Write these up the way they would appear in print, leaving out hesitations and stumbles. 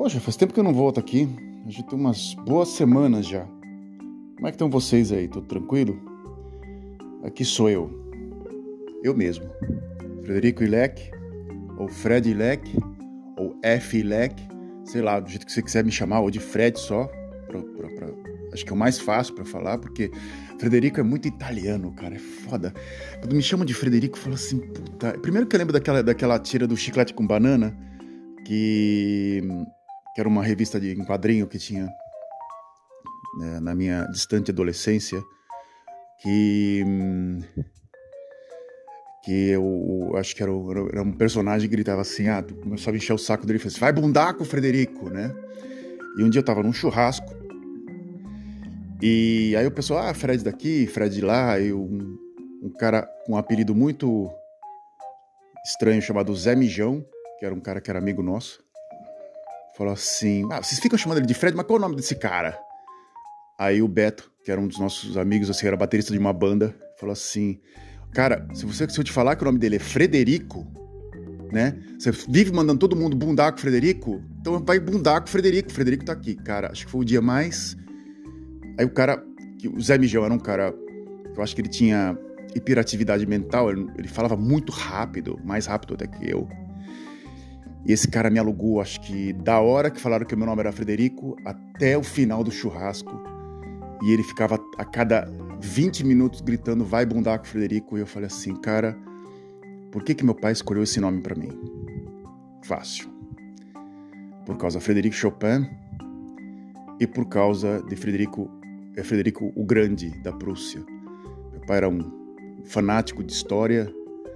Poxa, faz tempo que eu não volto aqui. A gente tem umas boas semanas já. Como é que estão vocês aí? Tudo tranquilo? Aqui sou eu. Eu mesmo. Frederico Ilec, ou Fred Ilec, ou F Ilec, sei lá, do jeito que você quiser me chamar, ou de Fred só. Acho que é o mais fácil pra falar, porque Frederico é muito italiano, cara, é foda. Quando me chamam de Frederico, eu falo assim, puta... Primeiro que eu lembro daquela tira do Chiclete com Banana, que era uma revista em quadrinho que tinha, né, na minha distante adolescência, que eu acho que era um personagem que gritava assim, começava a encher o saco dele e falava assim, vai bundar com o Frederico, né? E um dia eu tava num churrasco, e aí o pessoal, Fred daqui, Fred de lá, e um cara com um apelido muito estranho chamado Zé Mijão, que era um cara que era amigo nosso, falou assim, vocês ficam chamando ele de Fred, mas qual é o nome desse cara? Aí o Beto, que era um dos nossos amigos, assim, era baterista de uma banda, falou assim, cara, se eu te falar que o nome dele é Frederico, né, você vive mandando todo mundo bundar com o Frederico, então vai bundar com o Frederico tá aqui, cara, acho que foi o dia mais... Aí o cara, o Zé Mijão era um cara, eu acho que ele tinha hiperatividade mental, ele falava muito rápido, mais rápido até que eu. E esse cara me alugou, acho que da hora que falaram que o meu nome era Frederico, até o final do churrasco. E ele ficava a cada 20 minutos gritando, vai bundar com o Frederico. E eu falei assim, cara, por que meu pai escolheu esse nome pra mim? Fácil. Por causa de Frederico Chopin e por causa de Frederico o Grande, da Prússia. Meu pai era um fanático de história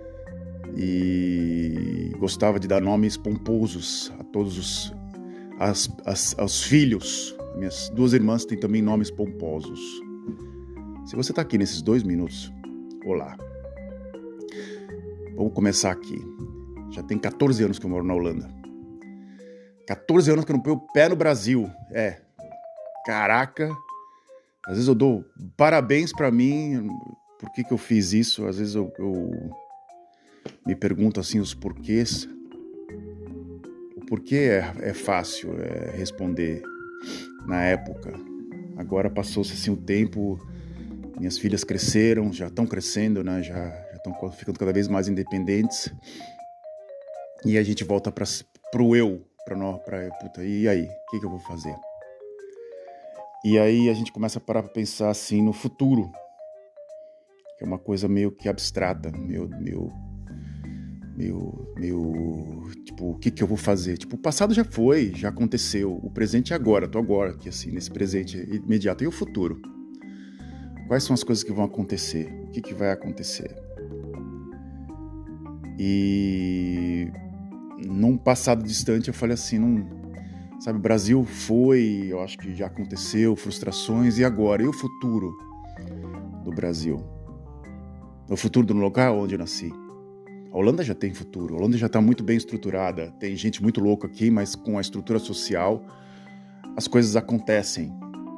e gostava de dar nomes pomposos a todos aos filhos. Minhas duas irmãs têm também nomes pomposos. Se você está aqui nesses 2 minutos, olá. Vamos começar aqui. Já tem 14 anos que eu moro na Holanda. 14 anos que eu não ponho o pé no Brasil. Caraca. Às vezes eu dou parabéns pra mim. Por que eu fiz isso? Às vezes eu me pergunto assim os porquês. O porquê é fácil responder na época. Agora passou-se assim o tempo, minhas filhas cresceram, já estão crescendo, né? Já estão ficando cada vez mais independentes. E a gente volta pro eu, e aí? O que eu vou fazer? E aí a gente começa a parar para pensar assim no futuro, que é uma coisa meio que abstrata, meio tipo, o que eu vou fazer? Tipo, o passado já foi, já aconteceu, o presente é agora, tô agora aqui assim, nesse presente imediato. E o futuro? Quais são as coisas que vão acontecer? O que vai acontecer? E num passado distante eu falei assim, sabe, o Brasil foi, eu acho que já aconteceu, frustrações, e agora? E o futuro do Brasil? O futuro do lugar onde eu nasci? A Holanda já tem futuro, a Holanda já está muito bem estruturada, tem gente muito louca aqui, mas com a estrutura social as coisas acontecem.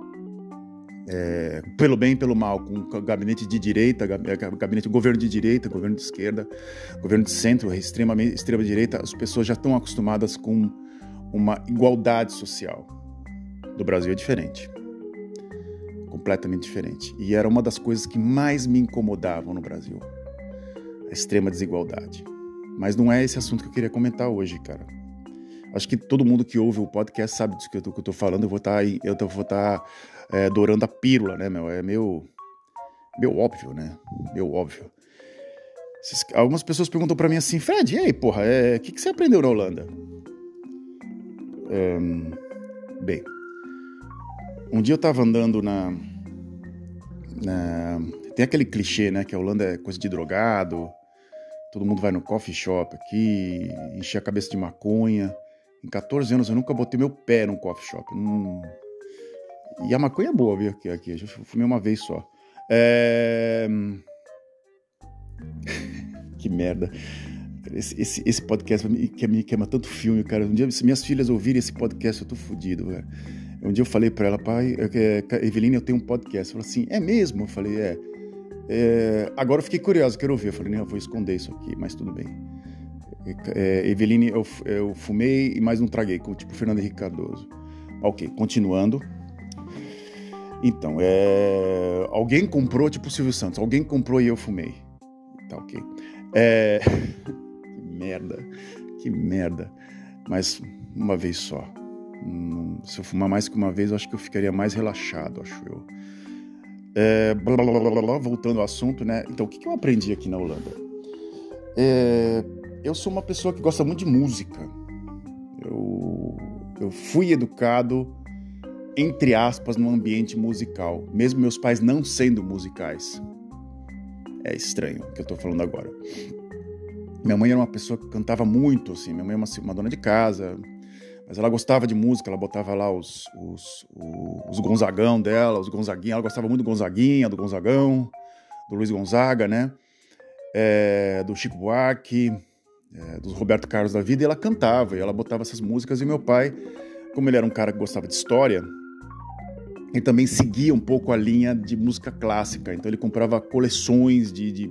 Pelo bem e pelo mal, com gabinete de direita, governo de direita, governo de esquerda, governo de centro, extrema direita, as pessoas já estão acostumadas com uma igualdade social. Do Brasil é diferente, completamente diferente, e era uma das coisas que mais me incomodavam no Brasil, a extrema desigualdade. Mas não é esse assunto que eu queria comentar hoje, cara. Acho que todo mundo que ouve o podcast sabe disso que eu tô falando. Eu vou estar dourando a pílula, né, meu? É meio óbvio, né? Meio óbvio. Algumas pessoas perguntam pra mim assim, Fred, e aí, porra, o que você aprendeu na Holanda? Bem, um dia eu tava andando tem aquele clichê, né, que a Holanda é coisa de drogado, todo mundo vai no coffee shop aqui, encher a cabeça de maconha. Em 14 anos eu nunca botei meu pé num coffee shop. E a maconha é boa, viu, aqui. Eu já fumei uma vez só. Que merda. Esse podcast me queima tanto filme, cara. Um dia, se minhas filhas ouvirem esse podcast, eu tô fudido, velho. Um dia eu falei pra ela, pai, Eveline, eu tenho um podcast. Ela falou assim, é mesmo? Eu falei, agora eu fiquei curioso, quero ouvir. Eu falei, não, eu vou esconder isso aqui, mas tudo bem. Eveline, eu fumei e mais não traguei, tipo Fernando Henrique Cardoso. Ok, continuando. Então, alguém comprou, tipo Silvio Santos, alguém comprou e eu fumei. Tá, ok. Que merda. Mas uma vez só. Se eu fumar mais que uma vez, eu acho que eu ficaria mais relaxado, acho eu. Voltando ao assunto, né? Então, o que eu aprendi aqui na Holanda? Eu sou uma pessoa que gosta muito de música. Eu fui educado, entre aspas, num ambiente musical, mesmo meus pais não sendo musicais. É estranho o que eu tô falando agora. Minha mãe era uma pessoa que cantava muito, assim. Minha mãe é uma dona de casa, mas ela gostava de música, ela botava lá os Gonzagão dela, os Gonzaguinha. Ela gostava muito do Gonzaguinha, do Gonzagão, do Luiz Gonzaga, né? Do Chico Buarque, do Roberto Carlos da vida, e ela cantava, e ela botava essas músicas, e meu pai, como ele era um cara que gostava de história, ele também seguia um pouco a linha de música clássica, então ele comprava coleções de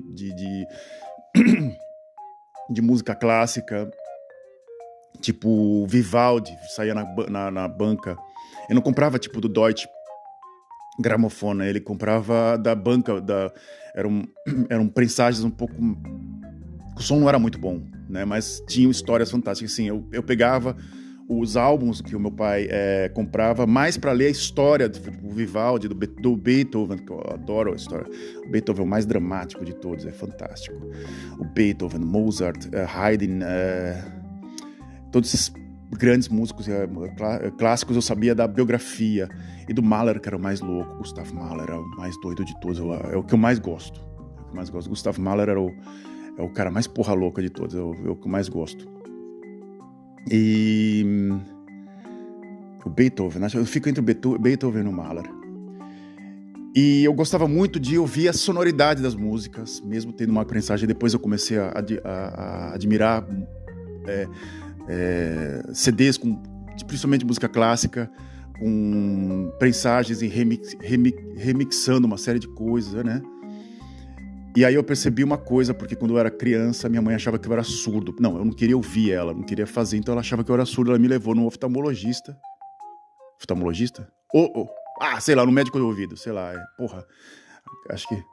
música clássica, tipo Vivaldi, saía na banca. Ele não comprava tipo do Deutsche Grammophon, ele comprava da banca, eram prensagens um pouco... O som não era muito bom, né? Mas tinham histórias fantásticas. Assim, eu pegava os álbuns que o meu pai comprava mais para ler a história do Vivaldi, do Beethoven, que eu adoro a história. O Beethoven é o mais dramático de todos, é fantástico. O Beethoven, Mozart, Haydn, todos esses grandes músicos clássicos eu sabia da biografia. E do Mahler, que era o mais louco. Gustav Mahler era o mais doido de todos. É o que eu mais gosto. Gustav Mahler é o cara mais porra louca de todos. É o que eu mais gosto. E o Beethoven, eu fico entre o Beethoven e o Mahler. E eu gostava muito de ouvir a sonoridade das músicas, mesmo tendo uma prensagem. Depois eu comecei a admirar CDs principalmente música clássica, com prensagens e remixando uma série de coisas, né? E aí eu percebi uma coisa, porque quando eu era criança, minha mãe achava que eu era surdo. Não, eu não queria ouvir ela, não queria fazer, então ela achava que eu era surdo. Ela me levou num oftalmologista. Oftalmologista? Sei lá, no médico do ouvido, sei lá. Acho que...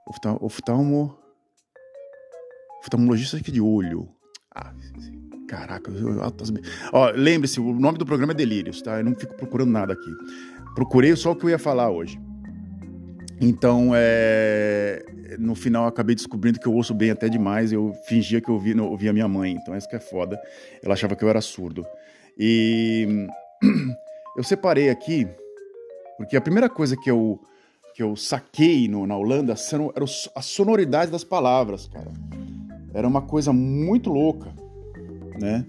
Oftalmologista aqui de olho. Caraca. Lembre-se, o nome do programa é Delírios, tá? Eu não fico procurando nada aqui. Procurei só o que eu ia falar hoje. Então, no final, eu acabei descobrindo que eu ouço bem até demais. Eu fingia que eu ouvia minha mãe. Então, isso que é foda. Ela achava que eu era surdo. E eu separei aqui, porque a primeira coisa que eu saquei na Holanda era a sonoridade das palavras, cara. Era uma coisa muito louca, né?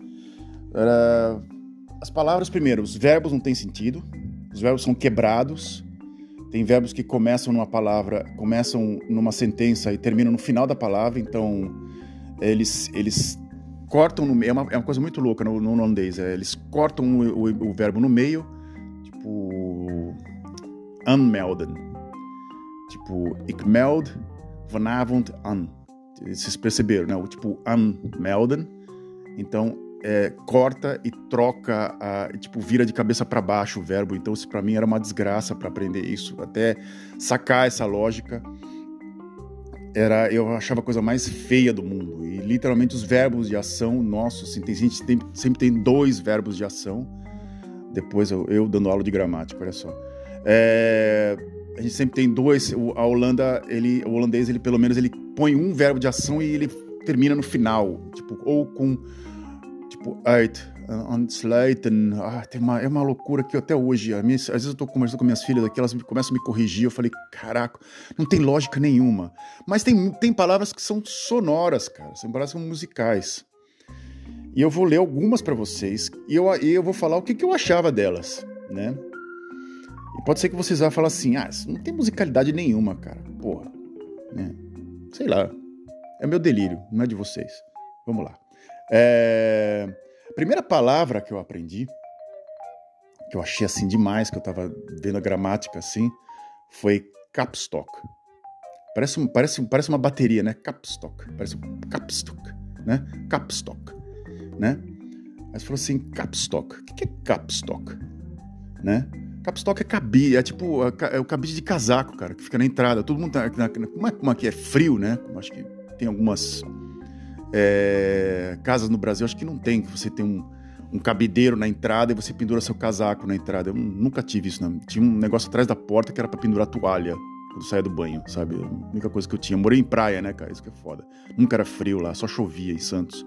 As palavras, primeiro, os verbos não têm sentido. Os verbos são quebrados. Tem verbos que começam numa sentença e terminam no final da palavra, então eles cortam no meio. É uma coisa muito louca no holandês. Eles cortam o verbo no meio, tipo unmelden. Tipo, ik meld vanavond aan. Vocês perceberam, né? Tipo, unmelden. Então, corta e troca, tipo, vira de cabeça para baixo o verbo. Então, isso para mim era uma desgraça para aprender isso. Até sacar essa lógica, eu achava a coisa mais feia do mundo. E, literalmente, os verbos de ação, nossa, assim, sempre tem 2 verbos de ação. Depois, eu dando aula de gramática, olha só. A gente sempre tem 2. O holandês, ele pelo menos, ele põe um verbo de ação e ele termina no final. Tipo, ou com... Tipo, ansluiten. É uma loucura que até hoje, às vezes eu tô conversando com minhas filhas aqui, elas começam a me corrigir, eu falei, caraca, não tem lógica nenhuma. Mas tem palavras que são sonoras, cara, são palavras que são musicais. E eu vou ler algumas pra vocês, e eu vou falar o que eu achava delas, né? E pode ser que vocês vão falar assim, isso não tem musicalidade nenhuma, cara, porra, né? Sei lá, é meu delírio, não é de vocês. Vamos lá. A primeira palavra que eu aprendi, que eu achei assim demais, que eu tava vendo a gramática assim, foi capstock. Parece uma bateria, né? Capstock. Parece um capstock, né? Capstock. né? Aí você falou assim, capstock. O que é capstock? Né? Capstock é cabide, é tipo é o cabide de casaco, cara, que fica na entrada. Todo mundo tá. Como aqui é frio, né? Acho que tem algumas casas no Brasil, acho que não tem, que você tem um cabideiro na entrada e você pendura seu casaco na entrada. Eu nunca tive isso, não. Tinha um negócio atrás da porta que era pra pendurar toalha quando saía do banho, sabe? A única coisa que eu tinha. Eu morei em praia, né, cara? Isso que é foda. Nunca era frio lá, só chovia em Santos.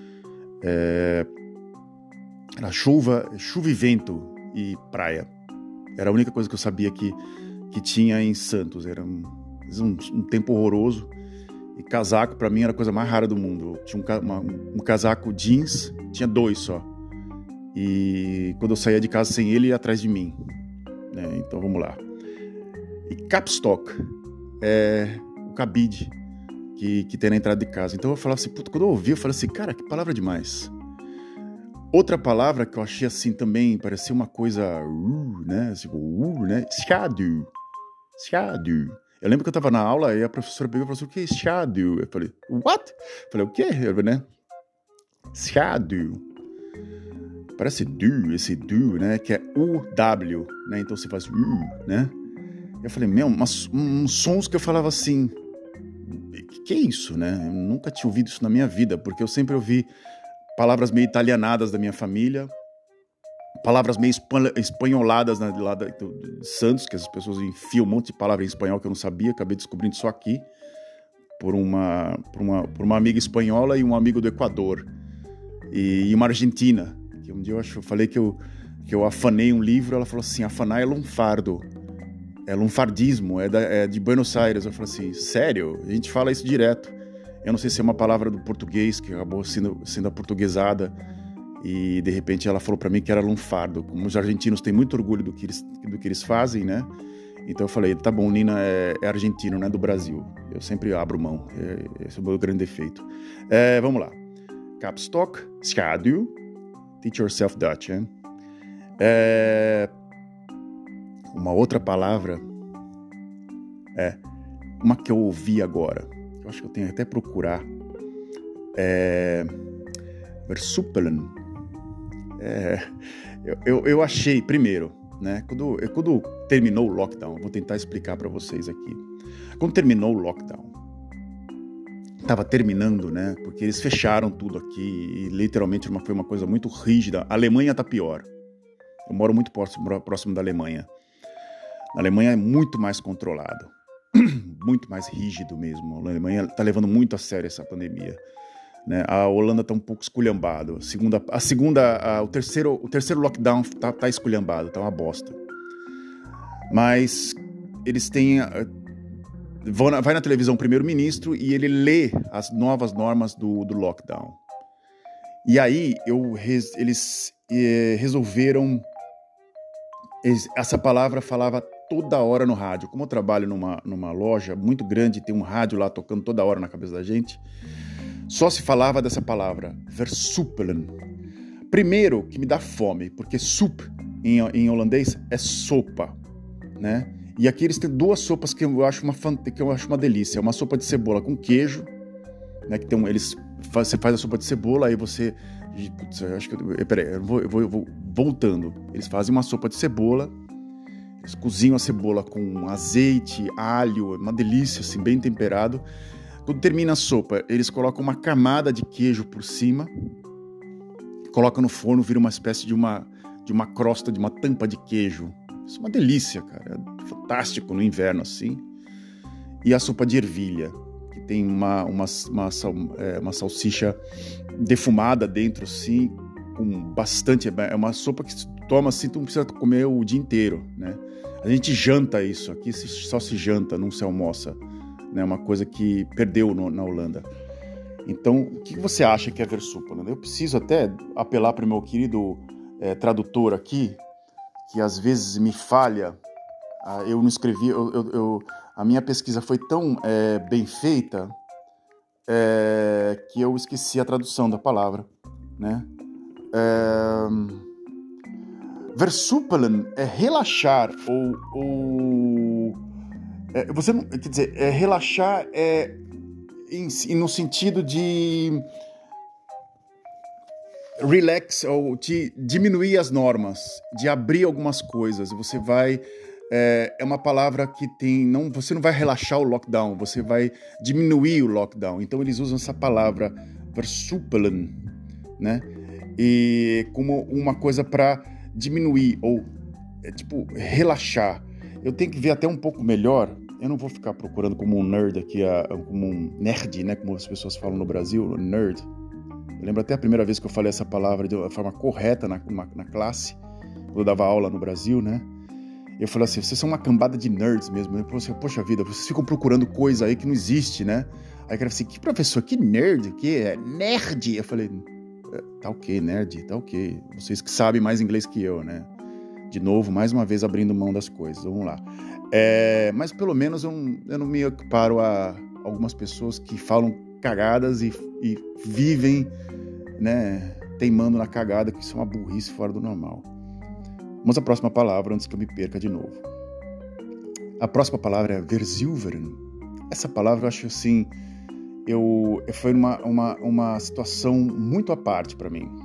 Era chuva e vento e praia. Era a única coisa que eu sabia que tinha em Santos. Era um tempo horroroso. E casaco, pra mim, era a coisa mais rara do mundo. Eu tinha um casaco jeans, tinha 2 só. E quando eu saía de casa sem ele, ia atrás de mim. Né? Então, vamos lá. E capstock é o cabide que tem na entrada de casa. Então, eu falava assim, puta, quando eu ouvi, eu falei assim, cara, que palavra demais. Outra palavra que eu achei assim também, parecia uma coisa, né? Tipo, né? Schadu. Eu lembro que eu tava na aula e a professora pegou e falou assim, o que é schadu? Eu falei, what? Eu falei, o quê? Né? Schadu. Parece esse do, né? Que é U-W, né? Então você faz né? Eu falei, uns sons que eu falava assim, que é isso, né? Eu nunca tinha ouvido isso na minha vida, porque eu sempre ouvi palavras meio italianadas da minha família, palavras meio espanholadas lá de Santos, que as pessoas enfiam um monte de palavra em espanhol que eu não sabia, acabei descobrindo isso aqui, por uma amiga espanhola e um amigo do Equador, e uma argentina, que um dia eu falei que eu afanei um livro, ela falou assim, afanar é lunfardo, é lunfardismo, é de Buenos Aires. Eu falei assim, sério? A gente fala isso direto. Eu não sei se é uma palavra do português que acabou sendo aportuguesada e de repente ela falou para mim que era lunfardo. Como os argentinos têm muito orgulho do que eles fazem, né? Então eu falei, tá bom, Nina é argentino, não é do Brasil. Eu sempre abro mão, esse é o meu grande defeito. Vamos lá. Capstock, schadu, teach yourself Dutch, hein? Uma outra palavra uma que eu ouvi agora. Eu acho que eu tenho até procurar. Versupelen. Eu achei, primeiro, né? Quando terminou o lockdown, vou tentar explicar para vocês aqui. Quando terminou o lockdown, estava terminando, né? Porque eles fecharam tudo aqui e literalmente foi uma coisa muito rígida. A Alemanha tá pior. Eu moro muito próximo da Alemanha. A Alemanha é muito mais controlado, muito mais rígido mesmo. A Alemanha está levando muito a sério essa pandemia. Né? A Holanda está um pouco esculhambado. O terceiro lockdown tá esculhambado, tá uma bosta. Mas eles têm... Vai na televisão o primeiro-ministro e ele lê as novas normas do lockdown. E aí eles resolveram... Essa palavra falava toda hora no rádio. Como eu trabalho numa loja muito grande, tem um rádio lá tocando toda hora na cabeça da gente, só se falava dessa palavra, versupelen. Primeiro, que me dá fome, porque soup em holandês é sopa, né? E aqui eles têm 2 sopas que eu acho uma delícia. Uma sopa de cebola com queijo, né? Que você faz a sopa de cebola, aí você... Acho que peraí, eu vou voltando. Eles fazem uma sopa de cebola, eles cozinham a cebola com azeite, alho, uma delícia, assim, bem temperado. Quando termina a sopa, eles colocam uma camada de queijo por cima, colocam no forno, vira uma espécie de uma crosta, de uma tampa de queijo. Isso é uma delícia, cara. É fantástico no inverno, assim. E a sopa de ervilha, que tem uma salsicha defumada dentro, assim, com bastante... É uma sopa que se toma assim, tu não precisa comer o dia inteiro, né? A gente janta isso, aqui só se janta, não se almoça. É uma coisa que perdeu na Holanda. Então, o que você acha que é versupelen? Eu preciso até apelar para o meu querido tradutor aqui, que às vezes me falha. Eu não escrevi... a minha pesquisa foi tão bem feita que eu esqueci a tradução da palavra, né? Versupelen é relaxar ou você não, quer dizer, relaxar no sentido de relax ou de diminuir as normas, de abrir algumas coisas. Você vai... É uma palavra que tem... você não vai relaxar o lockdown, você vai diminuir o lockdown. Então eles usam essa palavra versoepelen, né? E como uma coisa para diminuir ou relaxar. Eu tenho que ver até um pouco melhor. Eu não vou ficar procurando como um nerd aqui, como um nerd, né? Como as pessoas falam no Brasil, nerd. Eu lembro até a primeira vez que eu falei essa palavra de uma forma correta na classe, quando eu dava aula no Brasil, né? Eu falei assim, vocês são uma cambada de nerds mesmo. Poxa vida, vocês ficam procurando coisa aí que não existe, né? Aí o cara assim, que professor, que nerd, que é nerd? Eu falei, tá ok, nerd, tá ok. Vocês que sabem mais inglês que eu, né? De novo, mais uma vez abrindo mão das coisas, vamos lá. Mas pelo menos eu não me equiparo a algumas pessoas que falam cagadas e vivem, né, teimando na cagada, que isso é uma burrice fora do normal. Vamos à próxima palavra, antes que eu me perca de novo. A próxima palavra é versilveren. Essa palavra eu acho assim, foi uma situação muito à parte para mim.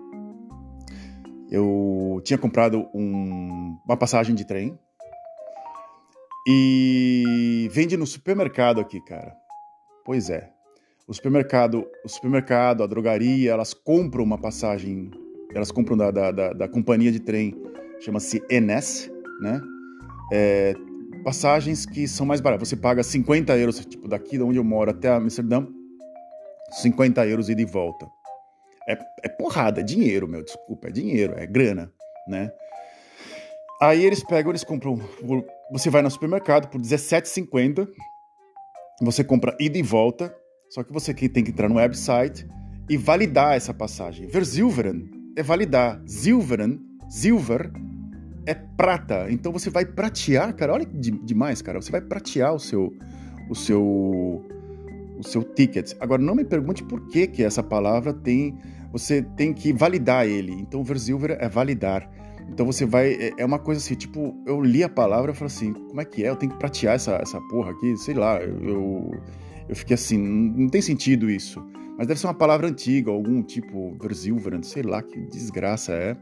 Eu tinha comprado uma passagem de trem e vende no supermercado aqui, cara. Pois é. O supermercado, a drogaria, elas compram uma passagem, elas compram da companhia de trem, chama-se NS, né? Passagens que são mais baratas. Você paga 50 euros, tipo, daqui de onde eu moro até Amsterdã, 50 euros ida e volta. É porrada, é dinheiro, meu, desculpa, é dinheiro, é grana, né? Aí eles compram, você vai no supermercado por R$17,50, você compra ida e volta, só que você tem que entrar no website e validar essa passagem. Verzilveren é validar, silver é prata, então você vai pratear, cara, olha que demais, cara, você vai pratear o seu ticket. Agora, não me pergunte por que essa palavra você tem que validar ele. Então, verzilver é validar. Então, você vai... É uma coisa assim, tipo, eu li a palavra e falei assim, como é que é? Eu tenho que pratear essa porra aqui? Sei lá, eu fiquei assim, não tem sentido isso. Mas deve ser uma palavra antiga, algum tipo, verzilver, sei lá, que desgraça é.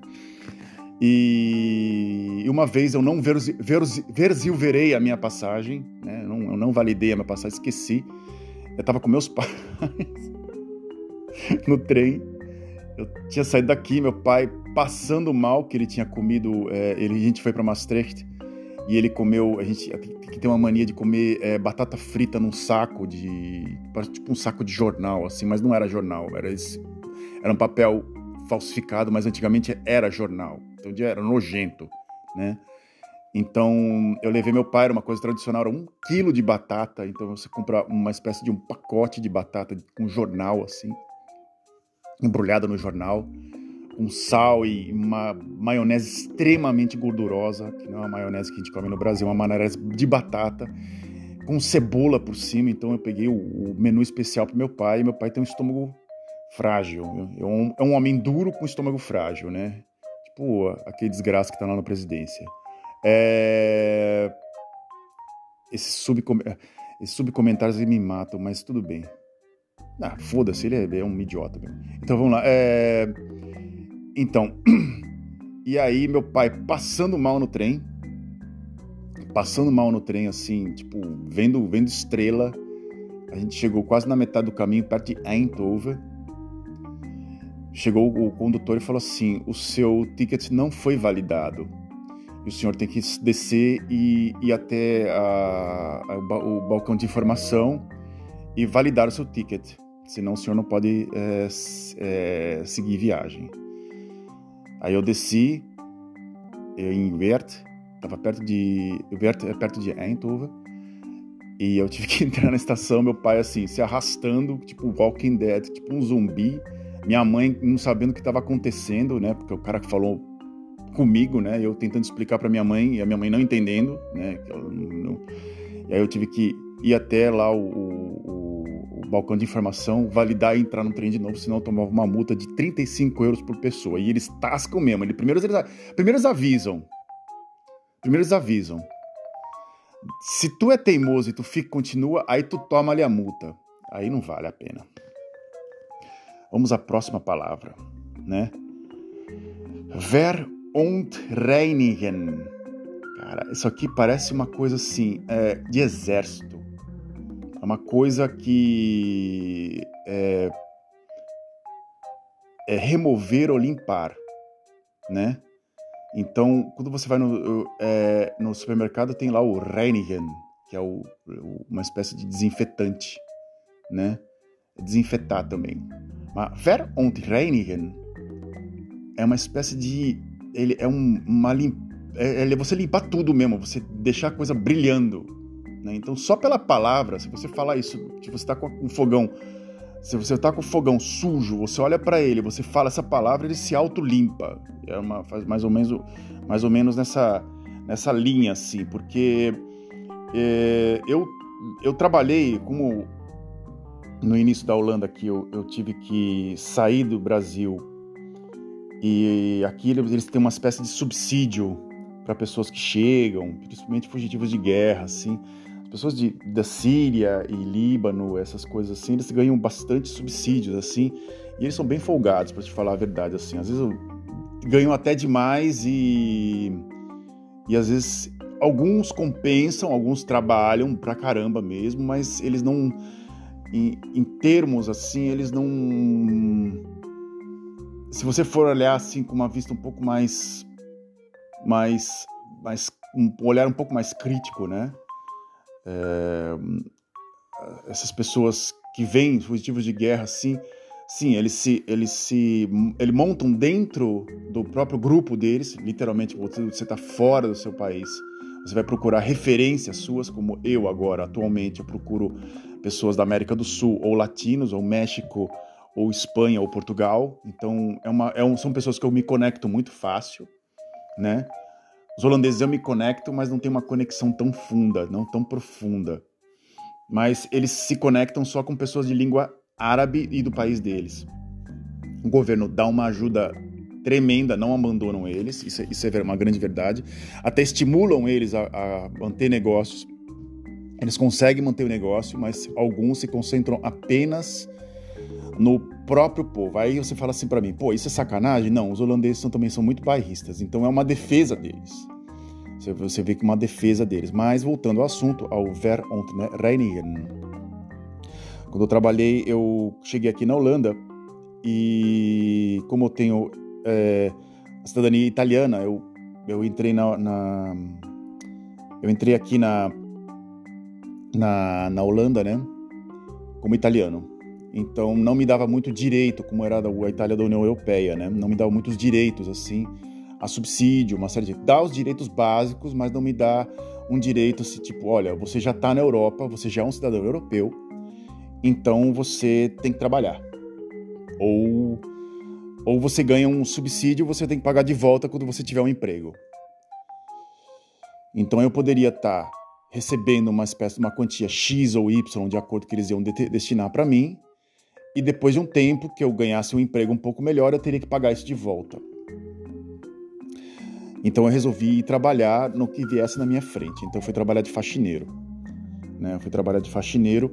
E uma vez eu não verzilverei a minha passagem, né? Eu não validei a minha passagem, esqueci. Eu tava com meus pais no trem. Eu tinha saído daqui, meu pai passando mal, que ele tinha comido... a gente foi para Maastricht e ele comeu... A gente tem uma mania de comer batata frita num saco tipo um saco de jornal, assim, mas não era jornal. Era um papel falsificado, mas antigamente era jornal. Então era nojento, né? Então, eu levei meu pai, era uma coisa tradicional, era 1 quilo de batata. Então, você compra uma espécie de um pacote de batata com jornal, assim, embrulhada no jornal, com sal e uma maionese extremamente gordurosa, que não é uma maionese que a gente come no Brasil, é uma maionese de batata, com cebola por cima. Então, eu peguei o menu especial para meu pai, e meu pai tem um estômago frágil. É um homem duro com estômago frágil, né? Tipo, aquele desgraça que tá lá na presidência. Esses subcomentários me matam, mas tudo bem. Foda-se, ele é um idiota mesmo. Então vamos lá. Então, e aí meu pai passando mal no trem, assim, tipo, vendo estrela. A gente chegou quase na metade do caminho, perto de Eindhoven. Chegou o condutor e falou assim, o seu ticket não foi validado. E o senhor tem que descer e ir até o balcão de informação e validar o seu ticket. Senão o senhor não pode seguir viagem. Aí eu desci em Weert, estava perto de Eindhoven, e eu tive que entrar na estação, meu pai assim, se arrastando, tipo Walking Dead, tipo um zumbi. Minha mãe não sabendo o que estava acontecendo, né? Porque o cara falou comigo, né? Eu tentando explicar para minha mãe e a minha mãe não entendendo, né? E aí eu tive que ir até lá o balcão de informação, validar e entrar no trem de novo, senão eu tomava uma multa de 35 euros por pessoa. E eles tascam mesmo. Primeiro eles avisam. Se tu é teimoso e tu continua, aí tu toma ali a multa. Aí não vale a pena. Vamos à próxima palavra. né? Verunreinigen. Cara, isso aqui parece uma coisa assim, de exército. É uma coisa que é remover ou limpar, né? Então, quando você vai no supermercado, tem lá o Reinigen, que é uma espécie de desinfetante, né? Desinfetar também. Mas Verunreinigen é uma espécie de... Ele é é você limpar tudo mesmo, você deixar a coisa brilhando, né? Então, só pela palavra, se você falar isso, se você está com um fogão, se você está com o fogão sujo, você olha para ele, você fala essa palavra, ele se auto-limpa. Faz mais ou menos nessa linha, assim, porque eu trabalhei como no início da Holanda aqui, eu tive que sair do Brasil e aqui eles têm uma espécie de subsídio para pessoas que chegam, principalmente fugitivos de guerra, assim. Pessoas da Síria e Líbano, essas coisas assim, eles ganham bastante subsídios, assim, e eles são bem folgados, para te falar a verdade, assim. Às vezes ganham até demais e às vezes alguns compensam, alguns trabalham pra caramba mesmo, mas eles não, em termos assim, eles não... Se você for olhar assim com uma vista um pouco um olhar um pouco mais crítico, né? Essas pessoas que vêm fugitivos de guerra, assim, sim, eles montam dentro do próprio grupo deles, literalmente, você está fora do seu país, você vai procurar referências suas, como eu agora, atualmente, eu procuro pessoas da América do Sul, ou latinos, ou México, ou Espanha, ou Portugal, então são pessoas que eu me conecto muito fácil, né? Os holandeses eu me conecto, mas não tem uma conexão tão funda, não tão profunda. Mas eles se conectam só com pessoas de língua árabe e do país deles. O governo dá uma ajuda tremenda, não abandonam eles, isso é uma grande verdade. Até estimulam eles a manter negócios. Eles conseguem manter o negócio, mas alguns se concentram apenas no próprio povo. Aí você fala assim para mim, pô, isso é sacanagem? Não, os holandeses também são muito bairristas, então é uma defesa deles. Você vê que é uma defesa deles. Mas voltando ao assunto, ao Verunreinigen. Quando eu trabalhei, eu cheguei aqui na Holanda e como eu tenho a cidadania italiana, eu entrei eu entrei aqui na Holanda, né, como italiano. Então não me dava muito direito, como era a Itália da União Europeia, né? Não me dava muitos direitos, assim, a subsídio, uma série de... Dá os direitos básicos, mas não me dá um direito assim, tipo, olha, você já está na Europa, você já é um cidadão europeu, então você tem que trabalhar. Ou você ganha um subsídio, você tem que pagar de volta quando você tiver um emprego. Então eu poderia estar recebendo uma quantia X ou Y, de acordo com que eles iam destinar para mim, e depois de um tempo que eu ganhasse um emprego um pouco melhor, eu teria que pagar isso de volta. Então eu resolvi ir trabalhar no que viesse na minha frente. Então eu fui trabalhar de faxineiro, né? Eu fui trabalhar de faxineiro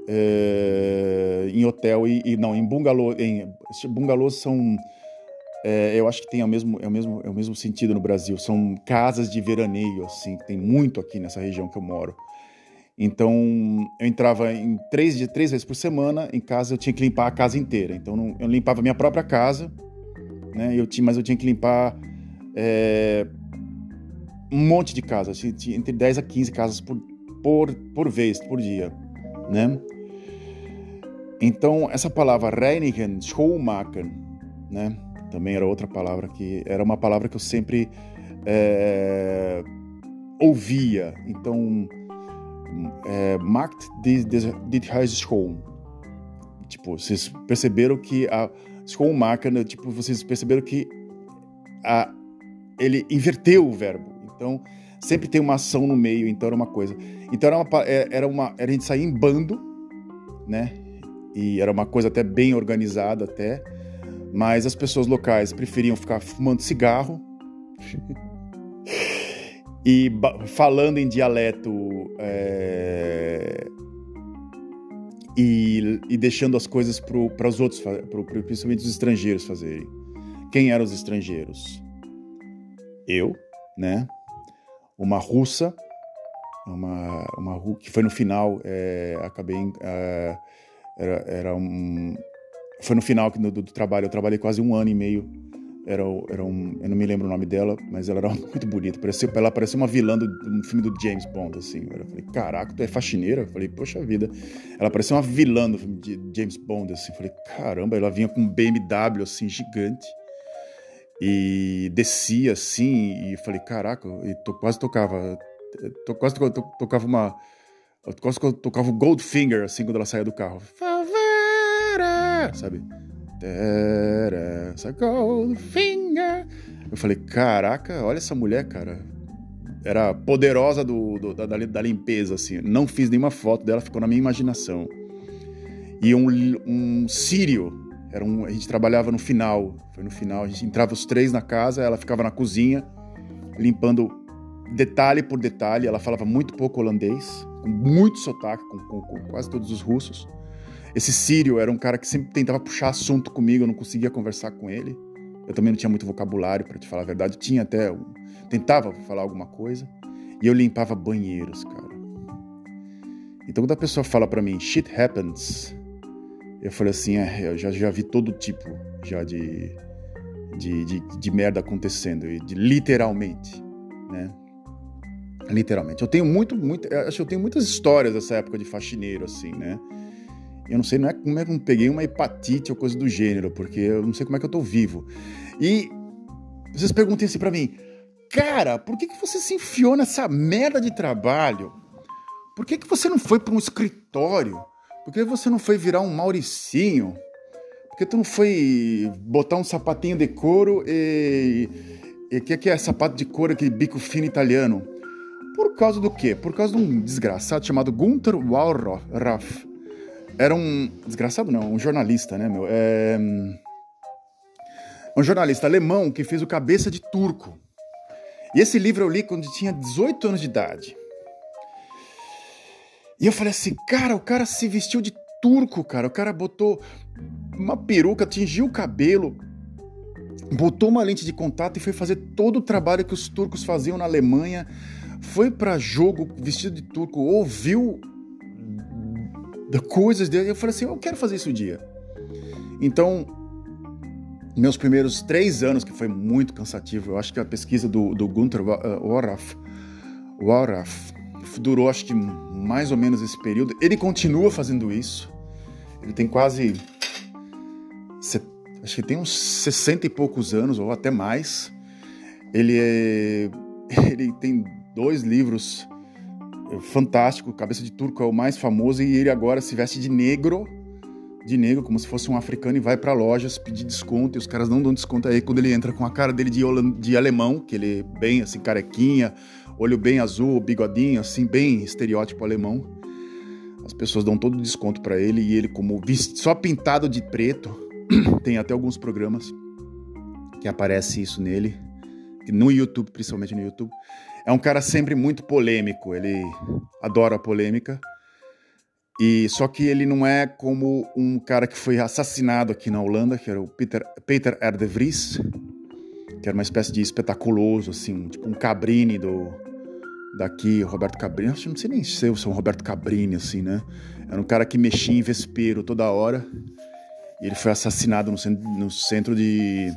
em hotel em bungalô. Bungalôs são, eu acho que tem o mesmo sentido no Brasil. São casas de veraneio, assim, que tem muito aqui nessa região que eu moro. Então eu entrava em 3 vezes por semana em casa, eu tinha que limpar a casa inteira. Então eu limpava a minha própria casa, né? Mas eu tinha que limpar um monte de casas, entre 10 a 15 casas por vez, por dia, né? Então, essa palavra reinigen, schoonmaken, né? Também era outra palavra que era uma palavra que eu sempre ouvia. Então, macht dit Huis schoon. Tipo, vocês perceberam que a schoonmaken, tipo, vocês perceberam que ele inverteu o verbo. Então, sempre tem uma ação no meio, então era uma coisa. Então, era a gente saía em bando, né? E era uma coisa até bem organizada até, mas as pessoas locais preferiam ficar fumando cigarro e falando em dialeto e deixando as coisas para os outros, principalmente os estrangeiros fazerem. Quem eram os estrangeiros? Eu, né? Uma russa, que foi no final, foi no final do trabalho, eu trabalhei quase 1 ano e meio, eu não me lembro o nome dela, mas ela era muito bonita, ela parecia uma vilã de um filme do James Bond, assim. Eu falei, caraca, tu é faxineira? Eu falei, poxa vida, ela parecia uma vilã do filme de James Bond, assim. Eu falei, caramba, ela vinha com um BMW, assim, gigante, e descia, assim, e falei, caraca, e quase tocava o Goldfinger, assim, quando ela saía do carro. Favara, sabe? Essa Goldfinger. Eu falei, caraca, olha essa mulher, cara. Era poderosa da limpeza, assim. Não fiz nenhuma foto dela, ficou na minha imaginação. E um sírio, a gente trabalhava no final. Foi no final, a gente entrava os 3 na casa, ela ficava na cozinha, limpando detalhe por detalhe. Ela falava muito pouco holandês, com muito sotaque, com quase todos os russos. Esse sírio era um cara que sempre tentava puxar assunto comigo, eu não conseguia conversar com ele. Eu também não tinha muito vocabulário, para te falar a verdade. Tentava falar alguma coisa. E eu limpava banheiros, cara. Então quando a pessoa fala pra mim, shit happens, eu falei assim, eu já vi todo tipo já de merda acontecendo, literalmente, né? Literalmente. Acho que eu tenho muitas histórias dessa época de faxineiro, assim, né? Eu não sei como é que eu não peguei uma hepatite ou coisa do gênero, porque eu não sei como é que eu tô vivo. E vocês perguntem assim pra mim, cara, por que você se enfiou nessa merda de trabalho? Por que você não foi pra um escritório? Por que você não foi virar um Mauricinho? Por que tu não foi botar um sapatinho de couro e que é sapato de couro, aquele bico fino italiano? Por causa do quê? Por causa de um desgraçado chamado Günther Wallraff. Era um... Desgraçado não, um jornalista, né, meu? Um jornalista alemão que fez o Cabeça de Turco. E esse livro eu li quando tinha 18 anos de idade. E eu falei assim, cara, o cara se vestiu de turco, cara. O cara botou uma peruca, tingiu o cabelo, botou uma lente de contato e foi fazer todo o trabalho que os turcos faziam na Alemanha. Foi pra jogo vestido de turco, ouviu coisas dele, e eu falei assim, eu quero fazer isso um dia. Então, meus primeiros 3 anos, que foi muito cansativo, eu acho que a pesquisa do Günther Wallraff durou, acho que mais ou menos esse período. Ele continua fazendo isso, ele tem quase, acho que tem uns 60 e poucos anos, ou até mais. Ele tem 2 livros fantástico, Cabeça de Turco é o mais famoso, e ele agora se veste de negro, como se fosse um africano, e vai pra lojas pedir desconto, e os caras não dão desconto aí quando ele entra com a cara dele de alemão, que ele é bem assim, carequinha, olho bem azul, bigodinho, assim, bem estereótipo alemão. As pessoas dão todo o desconto pra ele, e ele como só pintado de preto, tem até alguns programas que aparece isso nele, no YouTube, principalmente no YouTube. É um cara sempre muito polêmico, ele adora a polêmica, só que ele não é como um cara que foi assassinado aqui na Holanda, que era o Peter R. de Vries, que era uma espécie de espetaculoso, assim, tipo um Cabrini daqui, Roberto Cabrini, não sei nem se eu sou um Roberto Cabrini, assim, né? Era um cara que mexia em vespeiro toda hora, e ele foi assassinado no centro de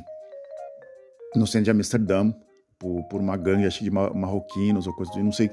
Amsterdã, por uma gangue, acho que de marroquinos ou coisa do tipo. Não sei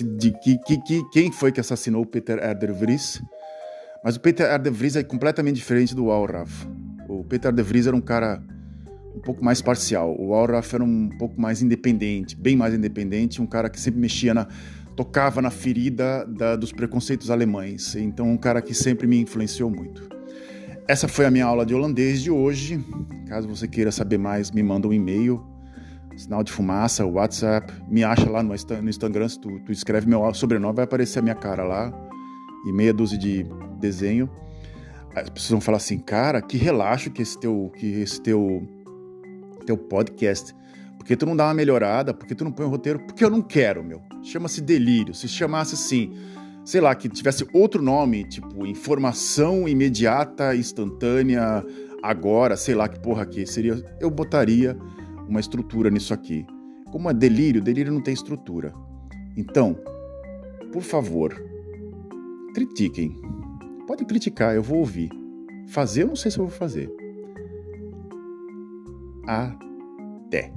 quem foi que assassinou o Peter R. de Vries, mas o Peter R. de Vries é completamente diferente do Wallraff. O Peter R. de Vries era um cara um pouco mais parcial, o Wallraff era um pouco mais independente, bem mais independente, um cara que sempre tocava na ferida dos preconceitos alemães, então um cara que sempre me influenciou muito. Essa foi a minha aula de holandês de hoje. Caso você queira saber mais, me manda um e-mail, Sinal de Fumaça, WhatsApp, me acha lá no Instagram, se tu escreve meu sobrenome, vai aparecer a minha cara lá, e meia dúzia de desenho. As pessoas vão falar assim, cara, que relaxo que esse teu podcast, porque tu não dá uma melhorada, porque tu não põe um roteiro, porque eu não quero, meu. Chama-se delírio. Se chamasse assim, sei lá, que tivesse outro nome, tipo informação imediata, instantânea, agora, sei lá que porra que seria, eu botaria uma estrutura nisso aqui. Como é delírio, delírio não tem estrutura. Então, por favor, critiquem. Pode criticar, eu vou ouvir. Fazer, eu não sei se eu vou fazer. Até.